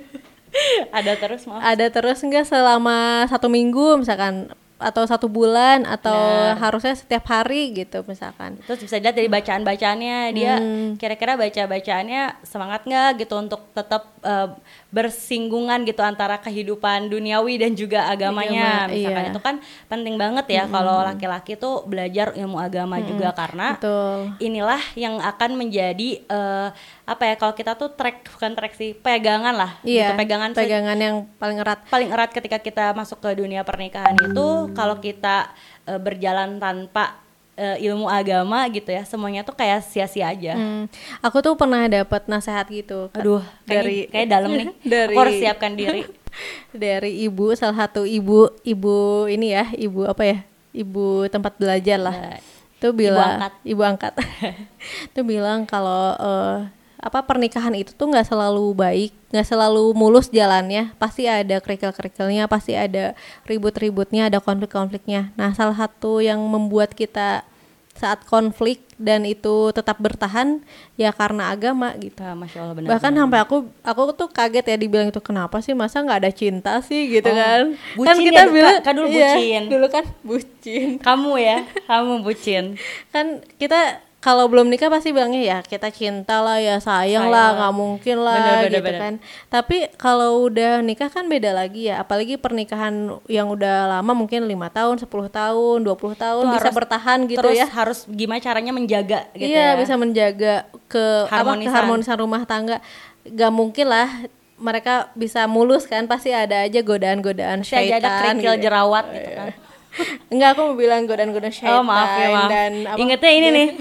ada terus maaf. Ada terus nggak selama satu minggu misalkan, atau satu bulan, atau Bener. harusnya setiap hari gitu misalkan. Terus bisa dilihat dari bacaan-bacaannya dia hmm. kira-kira baca-bacaannya semangat nggak gitu untuk tetap uh, bersinggungan gitu antara kehidupan duniawi dan juga agamanya. Agama, misalkan iya. itu kan penting banget ya hmm. kalau laki-laki tuh belajar ilmu agama hmm. juga, karena Betul. inilah yang akan menjadi uh, apa ya, kalau kita tuh track bukan track sih pegangan lah iya, gitu, pegangan pegangan se- yang paling erat paling erat ketika kita masuk ke dunia pernikahan hmm. itu. Kalau kita uh, berjalan tanpa uh, ilmu agama gitu ya, semuanya tuh kayak sia-sia aja. Hmm. Aku tuh pernah dapat nasihat gitu. Aduh, dari kayak dalam nih. Dari, aku harus siapkan diri. Dari ibu, salah satu ibu, ibu ini ya, ibu apa ya, ibu tempat belajar lah. Nah, tuh bilang, ibu angkat, ibu angkat. Tuh bilang kalau uh, apa pernikahan itu tuh nggak selalu baik, nggak selalu mulus jalannya, pasti ada kerikil-kerikilnya, pasti ada ribut-ributnya, ada konflik-konfliknya. Nah salah satu yang membuat kita saat konflik dan itu tetap bertahan ya karena agama gitu. Ah, Masya Allah, benar. Bahkan sampai aku aku tuh kaget ya dibilang itu, kenapa sih masa nggak ada cinta sih gitu oh, kan? Bucin kan kita ya, bilang kan dulu iya, bucin. Dulu kan bucin. Kamu ya, kamu bucin. Kan kita kalau belum nikah pasti bilangnya ya kita cinta lah ya sayang, sayang. lah nggak mungkin lah bener, bener, gitu bener. kan. Tapi kalau udah nikah kan beda lagi ya, apalagi pernikahan yang udah lama mungkin lima tahun, sepuluh tahun, dua puluh tahun itu bisa harus, bertahan gitu terus ya. Harus gimana caranya menjaga gitu iya, ya. bisa menjaga ke apa keharmonisan rumah tangga. Gak mungkin lah mereka bisa mulus kan, pasti ada aja godaan-godaan pasti syaitan. Ada kerikil gitu. Jerawat gitu kan. Enggak, aku mau bilang godaan-godaan syaitan. Oh maaf ya maaf. Dan apa, ingetnya ini nih.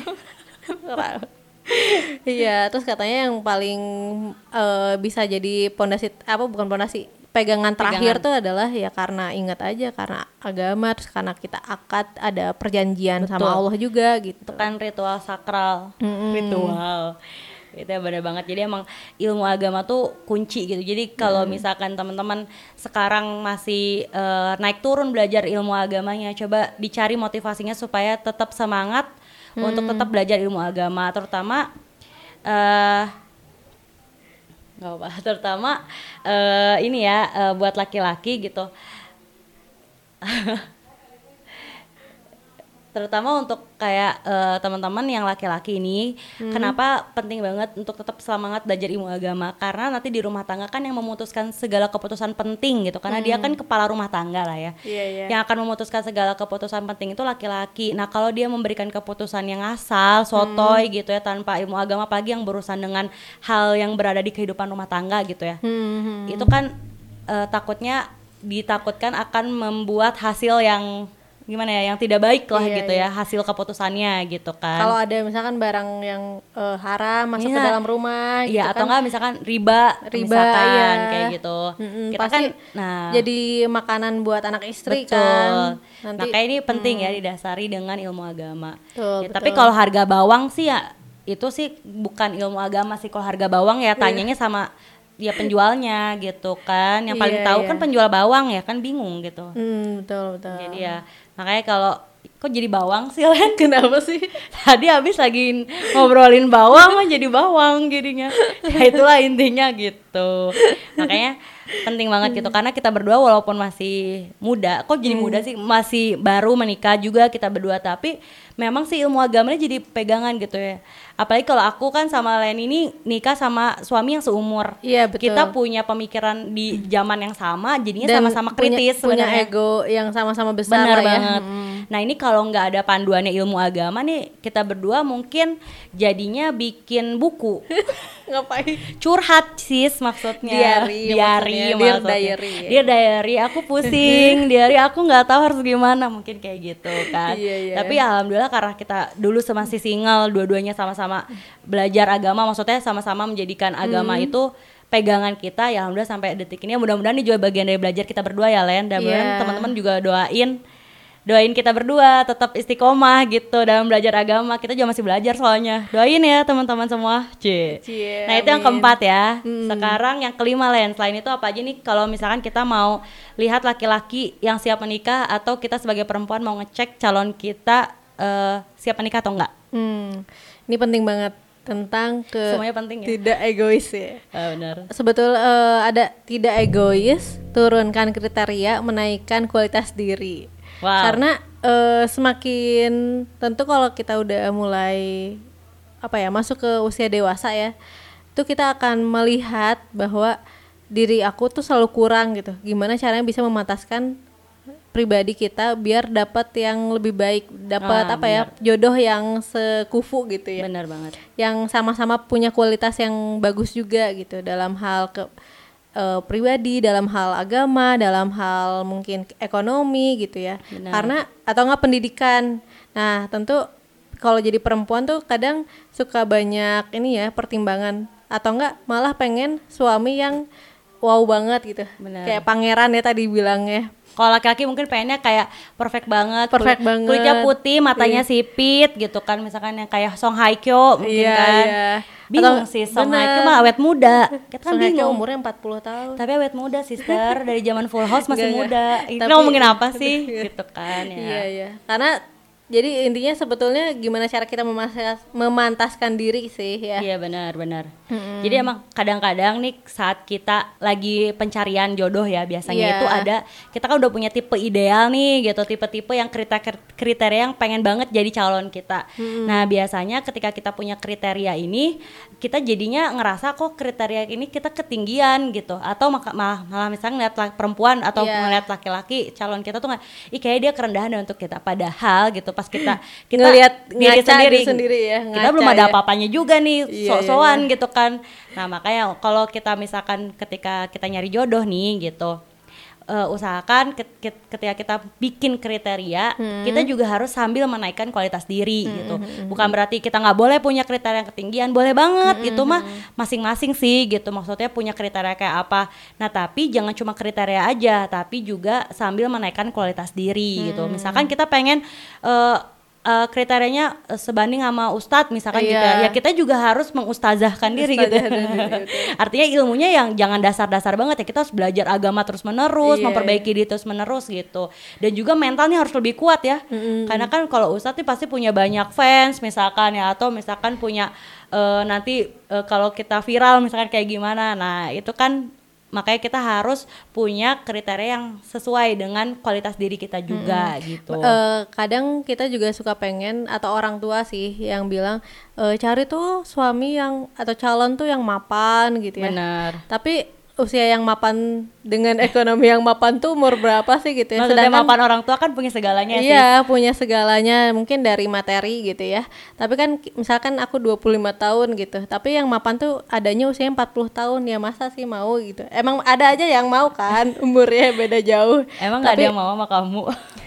Iya, terus katanya yang paling uh, bisa jadi pondasi apa bukan pondasi pegangan terakhir pegangan. tuh adalah ya karena ingat aja karena agama, terus karena kita akad ada perjanjian Betul. sama Allah juga gitu. Itu kan ritual sakral, mm-hmm. ritual. Itu benar banget. Jadi emang ilmu agama tuh kunci gitu. Jadi kalau hmm. misalkan teman-teman sekarang masih uh, naik turun belajar ilmu agamanya, coba dicari motivasinya supaya tetap semangat hmm. untuk tetap belajar ilmu agama, terutama uh, nggak apa, terutama uh, ini ya uh, buat laki-laki gitu. Terutama untuk kayak uh, teman-teman yang laki-laki ini, hmm. kenapa penting banget untuk tetap semangat belajar ilmu agama, karena nanti di rumah tangga kan yang memutuskan segala keputusan penting gitu, karena hmm. dia kan kepala rumah tangga lah ya, yeah, yeah. yang akan memutuskan segala keputusan penting itu laki-laki. Nah kalau dia memberikan keputusan yang asal, sotoy hmm. gitu ya, tanpa ilmu agama, apalagi yang berurusan dengan hal yang berada di kehidupan rumah tangga gitu ya, hmm. itu kan uh, takutnya ditakutkan akan membuat hasil yang gimana ya, yang tidak baik lah iya, gitu iya. ya hasil keputusannya gitu kan. Kalau ada misalkan barang yang uh, haram masuk iya. ke dalam rumah gitu iya, kan. atau enggak misalkan riba, riba misalkan iya. kayak gitu. Mm-hmm, kita pasti kan nah jadi makanan buat anak istri betul. kan. Nanti, Makanya ini penting hmm. ya didasari dengan ilmu agama. Betul, ya, betul. Tapi kalau harga bawang sih ya itu sih bukan ilmu agama sih. Kalau harga bawang ya tanyanya yeah. sama ya penjualnya gitu kan, yang paling yeah, tahu yeah. kan penjual bawang ya kan, bingung gitu. Hmm, betul betul. Jadi ya makanya kalau kok jadi bawang sih Len? Kenapa sih? Tadi habis lagi ngobrolin bawang mah jadi bawang jadinya. Ya itulah intinya gitu. Makanya penting banget gitu, karena kita berdua walaupun masih muda, kok jadi hmm. muda sih, masih baru menikah juga kita berdua, tapi memang sih ilmu agamanya jadi pegangan gitu ya. Apalagi kalau aku kan sama Len ini nikah sama suami yang seumur. Iya betul. Kita punya pemikiran di zaman yang sama, jadinya dan sama-sama kritis, punya, punya ego yang sama-sama besar. Benar lah banget. Ya. Hmm. Nah ini kalau nggak ada panduannya ilmu agama nih, kita berdua mungkin jadinya bikin buku. Ngapain? Curhat sis maksudnya. Diary. Diary maksudnya. Dear diary. Ya. Dear diary, aku pusing. Diary aku nggak tahu harus gimana, mungkin kayak gitu kan. Iya, iya. Tapi alhamdulillah karena kita dulu masih single, dua-duanya sama-sama belajar agama, maksudnya sama-sama menjadikan agama hmm. itu pegangan kita, ya alhamdulillah sampai detik ini. Mudah-mudahan ini juga bagian dari belajar kita berdua ya Len. Dan yeah. teman-teman juga doain doain kita berdua tetap istiqomah gitu dalam belajar agama. Kita juga masih belajar soalnya. Doain ya teman-teman semua. Cie. Cie, nah itu amin. Yang keempat ya. Hmm. Sekarang yang kelima Len. Selain itu apa aja nih kalau misalkan kita mau lihat laki-laki yang siap menikah, atau kita sebagai perempuan mau ngecek calon kita uh, siap menikah atau enggak? Hmm. Ini penting banget tentang ke semuanya penting ya? Tidak egois ya. Oh, benar. Sebetul uh, ada tidak egois, turunkan kriteria, menaikkan kualitas diri. Wow. Karena uh, semakin tentu kalau kita udah mulai apa ya masuk ke usia dewasa ya, itu kita akan melihat bahwa diri aku tuh selalu kurang gitu. Gimana caranya bisa memantaskan pribadi kita biar dapat yang lebih baik, dapat ah, apa benar. ya jodoh yang sekufu gitu ya. Benar banget. Yang sama-sama punya kualitas yang bagus juga gitu dalam hal ke Uh, pribadi, dalam hal agama, dalam hal mungkin ekonomi gitu ya. Benar. Karena atau enggak pendidikan. Nah tentu kalau jadi perempuan tuh kadang suka banyak ini ya pertimbangan, atau enggak malah pengen suami yang wow banget gitu. Benar. Kayak pangeran ya tadi bilangnya. Kalau laki-laki mungkin pengennya kayak perfect banget, perfect kulit, banget, kulitnya putih, matanya iya. sipit gitu kan, misalkan yang kayak Song Hye Kyo mungkin iya, kan. Iya. Bingung atau, sih Song Hye Kyo mah awet muda. Kita kan Song bingung. Hye umurnya empat puluh tahun. Tapi awet muda sister, dari zaman Full House masih gak, muda. Kita ngomongin apa sih gitu kan ya. Iya iya. Karena Jadi intinya sebetulnya gimana cara kita memantas, memantaskan diri sih ya. Iya benar benar. Mm-hmm. Jadi emang kadang-kadang nih saat kita lagi pencarian jodoh ya biasanya yeah. itu ada kita kan udah punya tipe ideal nih gitu, tipe-tipe yang kriteria kriteria yang pengen banget jadi calon kita. Mm-hmm. Nah biasanya ketika kita punya kriteria ini kita jadinya ngerasa kok kriteria ini kita ketinggian gitu, atau malah, malah misalnya ngeliat perempuan atau yeah. ngeliat laki-laki calon kita tuh nggak, ih kayaknya dia kerendahan untuk kita, padahal gitu pas kita kita ngelihat diri sendiri, sendiri ya, kita belum ada ya. apa-apanya juga nih, iya, sok-sokan iya, iya. gitu kan. Nah makanya kalau kita misalkan ketika kita nyari jodoh nih gitu, uh, usahakan ketika kita bikin kriteria, hmm. kita juga harus sambil menaikkan kualitas diri hmm. gitu. Bukan berarti kita nggak boleh punya kriteria yang ketinggian, boleh banget, hmm. itu mah masing-masing sih gitu. Maksudnya punya kriteria kayak apa. Nah tapi jangan cuma kriteria aja, tapi juga sambil menaikkan kualitas diri hmm. gitu. Misalkan kita pengen uh, Uh, kriterianya uh, sebanding sama ustadz misalkan iya. gitu ya, ya kita juga harus mengustazahkan diri gitu. Artinya ilmunya yang jangan dasar-dasar banget ya, kita harus belajar agama terus menerus, iya. memperbaiki diri terus menerus gitu. Dan juga mentalnya harus lebih kuat ya, mm-hmm. karena kan kalau ustadz nih pasti punya banyak fans misalkan ya, atau misalkan punya uh, nanti uh, kalau kita viral misalkan kayak gimana, nah itu kan makanya kita harus punya kriteria yang sesuai dengan kualitas diri kita juga hmm. gitu. Uh, kadang kita juga suka pengen, atau orang tua sih yang bilang e, cari tuh suami yang atau calon tuh yang mapan gitu ya. Benar. Tapi usia yang mapan dengan ekonomi yang mapan tuh umur berapa sih gitu ya? Maksudnya sedangkan mapan orang tua kan punya segalanya iya, sih. Iya, punya segalanya mungkin dari materi gitu ya. Tapi kan misalkan aku dua puluh lima tahun gitu, tapi yang mapan tuh adanya usia empat puluh tahun, ya masa sih mau gitu. Emang ada aja yang mau kan, umurnya beda jauh. Emang enggak ada yang mau sama kamu?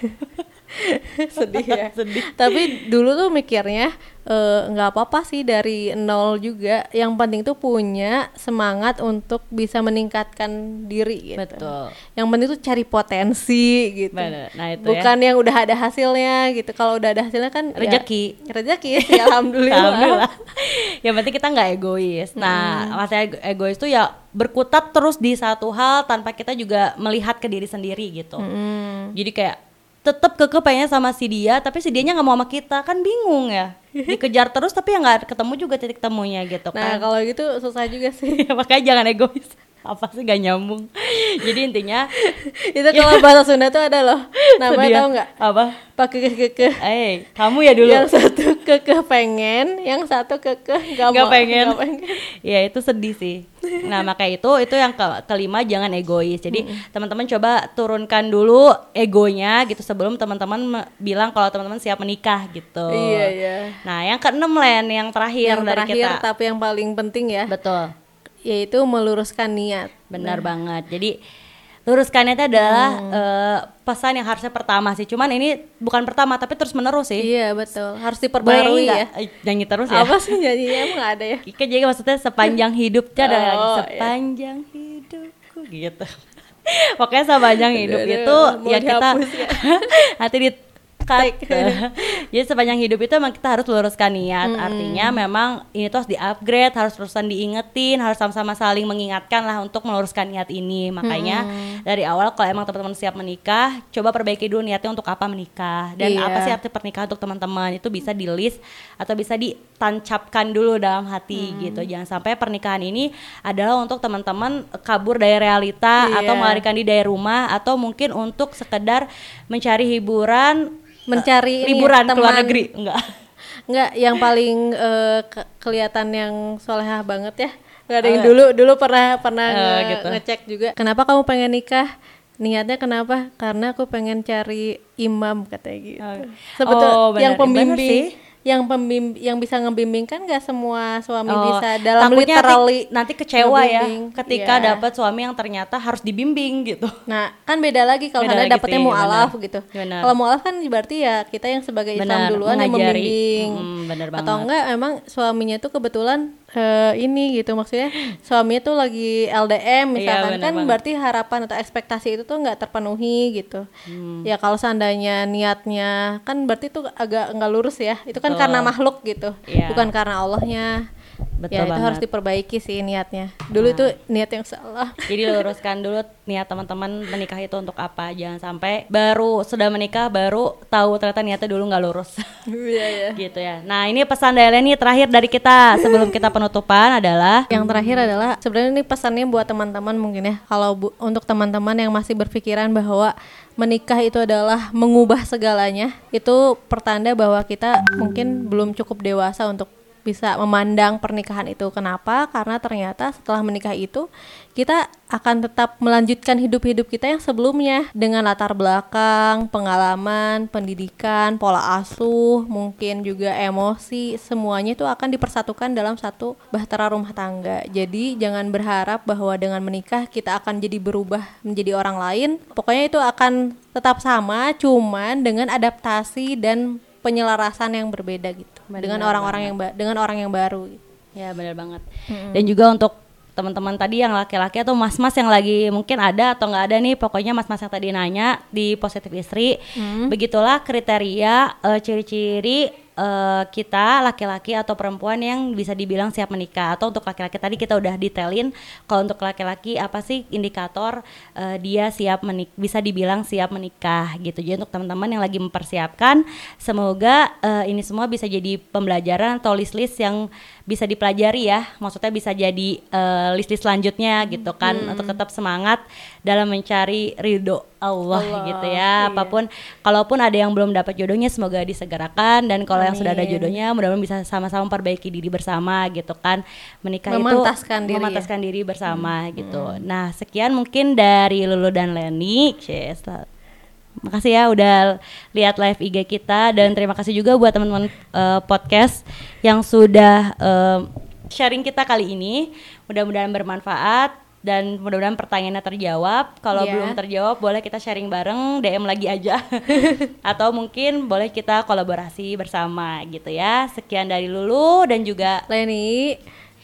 Sedih ya. Sedih. Tapi dulu tuh mikirnya nggak uh, apa-apa sih dari nol juga. Yang penting tuh punya semangat untuk bisa meningkatkan diri gitu. Betul. Yang penting tuh cari potensi gitu. Bener. Nah, itu bukan ya. yang udah ada hasilnya gitu. Kalau udah ada hasilnya kan rezeki. Ya, rezeki sih, alhamdulillah. Alhamdulillah. Yang penting kita nggak egois. Nah, hmm. maksudnya egois tuh ya berkutat terus di satu hal tanpa kita juga melihat ke diri sendiri gitu. Hmm. Jadi kayak tetap keke pengennya sama si dia, tapi si dianya nggak mau sama kita, kan bingung ya. Dikejar terus tapi ya nggak ketemu juga titik temunya gitu kan. Nah kalau gitu susah juga sih. Makanya jangan egois. Apa sih gak nyambung. Jadi intinya itu kalau bahasa Sunda tuh ada loh, namanya tahu nggak? Apa? Pakai kekeh. Eh, kamu ya dulu. Yang satu kekeh pengen, yang satu kekeh nggak mau. pengen. pengen. Ya itu sedih sih. Nah makanya itu itu yang ke, kelima, jangan egois. Jadi hmm. teman-teman coba turunkan dulu egonya gitu sebelum teman-teman me- bilang kalau teman-teman siap menikah gitu. Iya iya. Nah yang keenam Len, yang terakhir yang dari terakhir, kita. Tapi yang paling penting ya. Betul. Yaitu meluruskan niat. Benar nah. banget. Jadi luruskan niatnya adalah hmm. uh, pesan yang harusnya pertama sih. Cuman ini bukan pertama tapi terus menerus sih. Iya betul. Harus diperbarui ya. Nyanyi terus ya. Apa sih nyanyinya, emang ada ya? Kan jadi maksudnya sepanjang hidupnya ada lagi oh, sepanjang iya. hidupku gitu. Pokoknya sepanjang hidup aduh, itu aduh, ya kita ya. nanti di cut. Jadi sepanjang hidup itu emang kita harus luruskan niat. Hmm. Artinya memang ini tuh harus di-upgrade, harus terusan diingetin, harus sama-sama saling mengingatkan lah untuk meluruskan niat ini. Makanya hmm. dari awal kalau emang teman-teman siap menikah, coba perbaiki dulu niatnya untuk apa menikah. Dan iya. apa sih arti pernikahan untuk teman-teman. Itu bisa di-list atau bisa ditancapkan dulu dalam hati hmm. gitu. Jangan sampai pernikahan ini adalah untuk teman-teman kabur dari realita iya. atau melarikan diri dari rumah, atau mungkin untuk sekedar mencari hiburan, mencari liburan ini, ke luar negeri. Enggak enggak yang paling uh, ke- kelihatan yang solehah banget ya. Enggak ada yang oh, dulu dulu pernah pernah uh, nge- gitu. ngecek juga. Kenapa kamu pengen nikah? Niatnya kenapa? Karena aku pengen cari imam katanya gitu. Oh. Sebetulnya oh, yang pembimbing yang pembim yang bisa ngebimbing kan nggak semua suami oh, bisa dalam literally nanti, nanti kecewa ya ketika yeah. dapat suami yang ternyata harus dibimbing gitu. Nah kan beda lagi kalau anda dapetnya mu'alaf gitu. Kalau mu'alaf kan berarti ya kita yang sebagai bener, Islam duluan mengajari. Yang membimbing hmm, atau enggak emang suaminya tuh kebetulan uh, ini gitu, maksudnya suaminya tuh lagi L D M misalkan, iya, kan banget. Berarti harapan atau ekspektasi itu tuh nggak terpenuhi gitu. hmm. Ya kalau seandainya niatnya kan berarti tuh agak nggak lurus ya, itu kan oh. karena makhluk gitu, yeah. bukan karena Allahnya. Betul ya banget. itu harus diperbaiki sih niatnya. Dulu Nah. itu niat yang salah. Jadi luruskan dulu niat teman-teman menikah itu untuk apa. Jangan sampai baru sudah menikah baru tahu ternyata niatnya dulu nggak lurus. Iya ya. Gitu ya. Nah ini pesan dari Leni terakhir dari kita sebelum kita penutupan adalah Yang terakhir adalah sebenarnya ini pesannya buat teman-teman mungkin ya. Kalau bu- untuk teman-teman yang masih berpikiran bahwa menikah itu adalah mengubah segalanya, itu pertanda bahwa kita mungkin belum cukup dewasa untuk bisa memandang pernikahan itu. Kenapa? Karena ternyata setelah menikah itu kita akan tetap melanjutkan hidup-hidup kita yang sebelumnya dengan latar belakang, pengalaman, pendidikan, pola asuh, mungkin juga emosi, semuanya itu akan dipersatukan dalam satu bahtera rumah tangga. Jadi jangan berharap bahwa dengan menikah kita akan jadi berubah menjadi orang lain. Pokoknya itu akan tetap sama, cuman dengan adaptasi dan penyelarasan yang berbeda gitu. Benar dengan orang-orang yang ba- dengan orang yang baru gitu. Ya benar banget. Mm-hmm. Dan juga untuk teman-teman tadi yang laki-laki atau mas-mas yang lagi mungkin ada atau nggak ada nih, pokoknya mas-mas yang tadi nanya di Positif Istri, mm-hmm. begitulah kriteria uh, ciri-ciri uh, kita laki-laki atau perempuan yang bisa dibilang siap menikah. Atau untuk laki-laki tadi kita udah detailin kalau untuk laki-laki apa sih indikator uh, dia siap menik bisa dibilang siap menikah gitu. Jadi untuk teman-teman yang lagi mempersiapkan, semoga uh, ini semua bisa jadi pembelajaran atau list-list yang bisa dipelajari ya, maksudnya bisa jadi uh, list-list selanjutnya gitu kan, hmm. untuk tetap semangat dalam mencari ridho Allah, Allah gitu ya. Iya. Apapun, kalaupun ada yang belum dapat jodohnya semoga disegerakan, dan kalau yang sudah ada jodohnya mudah-mudahan bisa sama-sama memperbaiki diri bersama gitu kan. Menikah memantaskan itu diri memantaskan ya? diri bersama hmm. gitu. Hmm. Nah sekian mungkin dari Lulu dan Leni. Cheers. Makasih ya udah lihat live I G kita, dan terima kasih juga buat teman-teman uh, podcast yang sudah uh, sharing kita kali ini. Mudah-mudahan bermanfaat dan mudah-mudahan pertanyaannya terjawab. Kalau yeah. belum terjawab boleh kita sharing bareng, D M lagi aja. Atau mungkin boleh kita kolaborasi bersama gitu ya. Sekian dari Lulu dan juga Leni.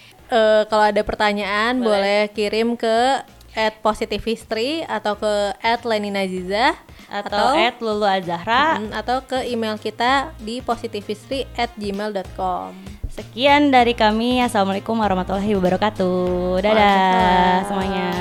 Uh, kalau ada pertanyaan boleh, boleh kirim ke at positivistry atau ke at Leni Nazizah atau at Lulu Azahra, mm, atau ke email kita di positivistry at gmail dot com. Sekian dari kami. Assalamualaikum warahmatullahi wabarakatuh. Dadah semuanya.